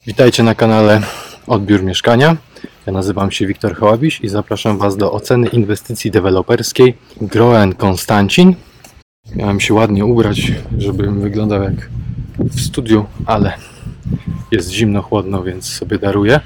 Witajcie na kanale Odbiór Mieszkania. Ja nazywam się Wiktor Hałabiś i zapraszam Was do oceny inwestycji deweloperskiej Groen Konstancin. Miałem się ładnie ubrać, żebym wyglądał jak w studiu, ale jest zimno, chłodno, więc sobie daruję.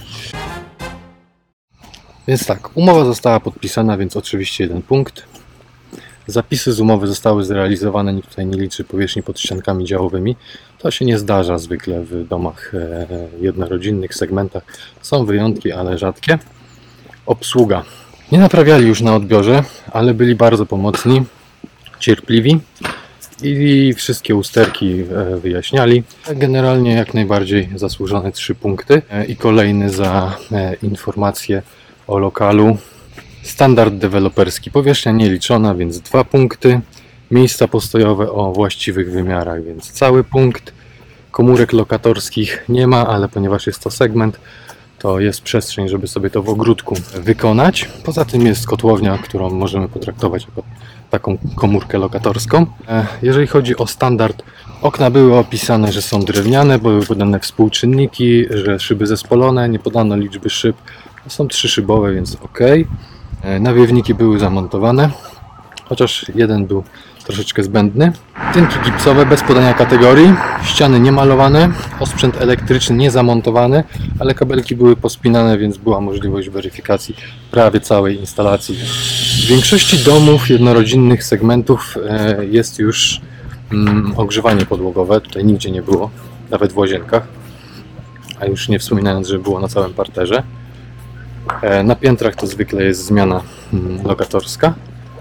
Więc tak, umowa została podpisana, więc oczywiście jeden punkt. Zapisy z umowy zostały zrealizowane, nikt tutaj nie liczy powierzchni pod ściankami działowymi. To się nie zdarza zwykle w domach jednorodzinnych, segmentach. Są wyjątki, ale rzadkie. Obsługa. Nie naprawiali już na odbiorze, ale byli bardzo pomocni, cierpliwi i wszystkie usterki wyjaśniali. Generalnie jak najbardziej zasłużone 3 punkty i kolejny za informacje o lokalu. Standard deweloperski, powierzchnia nieliczona, więc 2 punkty. Miejsca postojowe o właściwych wymiarach, więc cały punkt. Komórek lokatorskich nie ma, ale ponieważ jest to segment, to jest przestrzeń, żeby sobie to w ogródku wykonać. Poza tym jest kotłownia, którą możemy potraktować jako taką komórkę lokatorską. Jeżeli chodzi o standard, okna były opisane, że są drewniane, były podane współczynniki, że szyby zespolone, nie podano liczby szyb. Są 3 szybowe, więc ok. Nawiewniki były zamontowane, chociaż jeden był troszeczkę zbędny. Tynki gipsowe bez podania kategorii, ściany niemalowane, osprzęt elektryczny nie zamontowany, ale kabelki były pospinane, więc była możliwość weryfikacji prawie całej instalacji. W większości domów jednorodzinnych segmentów jest już ogrzewanie podłogowe, tutaj nigdzie nie było, nawet w łazienkach, a już nie wspominając, że było na całym parterze. Na piętrach to zwykle jest zmiana lokatorska.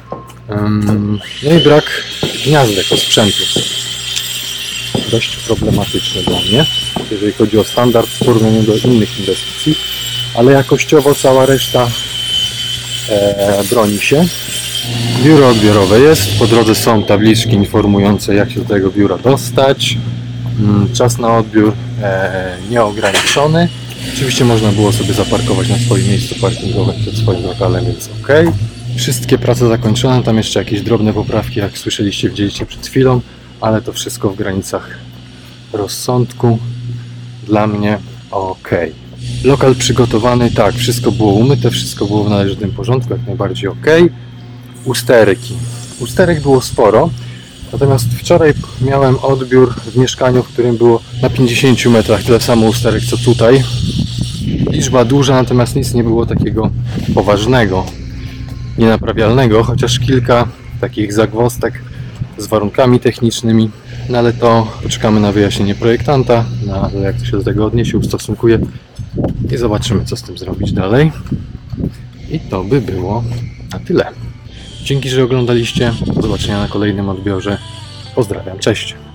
No i brak gniazdek sprzętu. Dość problematyczny dla mnie, jeżeli chodzi o standard w porównaniu do innych inwestycji, ale jakościowo cała reszta broni się. Biuro odbiorowe jest, po drodze są tabliczki informujące, jak się do tego biura dostać. Czas na odbiór nieograniczony. Oczywiście można było sobie zaparkować na swoim miejscu parkingowym przed swoim lokalem, więc ok. Wszystkie prace zakończone, tam jeszcze jakieś drobne poprawki, jak słyszeliście, widzieliście przed chwilą, ale to wszystko w granicach rozsądku. Dla mnie ok. Lokal przygotowany, tak, wszystko było umyte, wszystko było w należytym porządku, jak najbardziej ok. Usterki. Usterek było sporo. Natomiast wczoraj miałem odbiór w mieszkaniu, w którym było na 50 metrach tyle samo usterek co tutaj. Liczba duża, natomiast nic nie było takiego poważnego, nienaprawialnego, chociaż kilka takich zagwozdek z warunkami technicznymi. No ale to poczekamy na wyjaśnienie projektanta, na to, jak to się do tego odniesie, ustosunkuje i zobaczymy, co z tym zrobić dalej. I to by było na tyle. Dzięki, że oglądaliście. Do zobaczenia na kolejnym odbiorze. Pozdrawiam, cześć!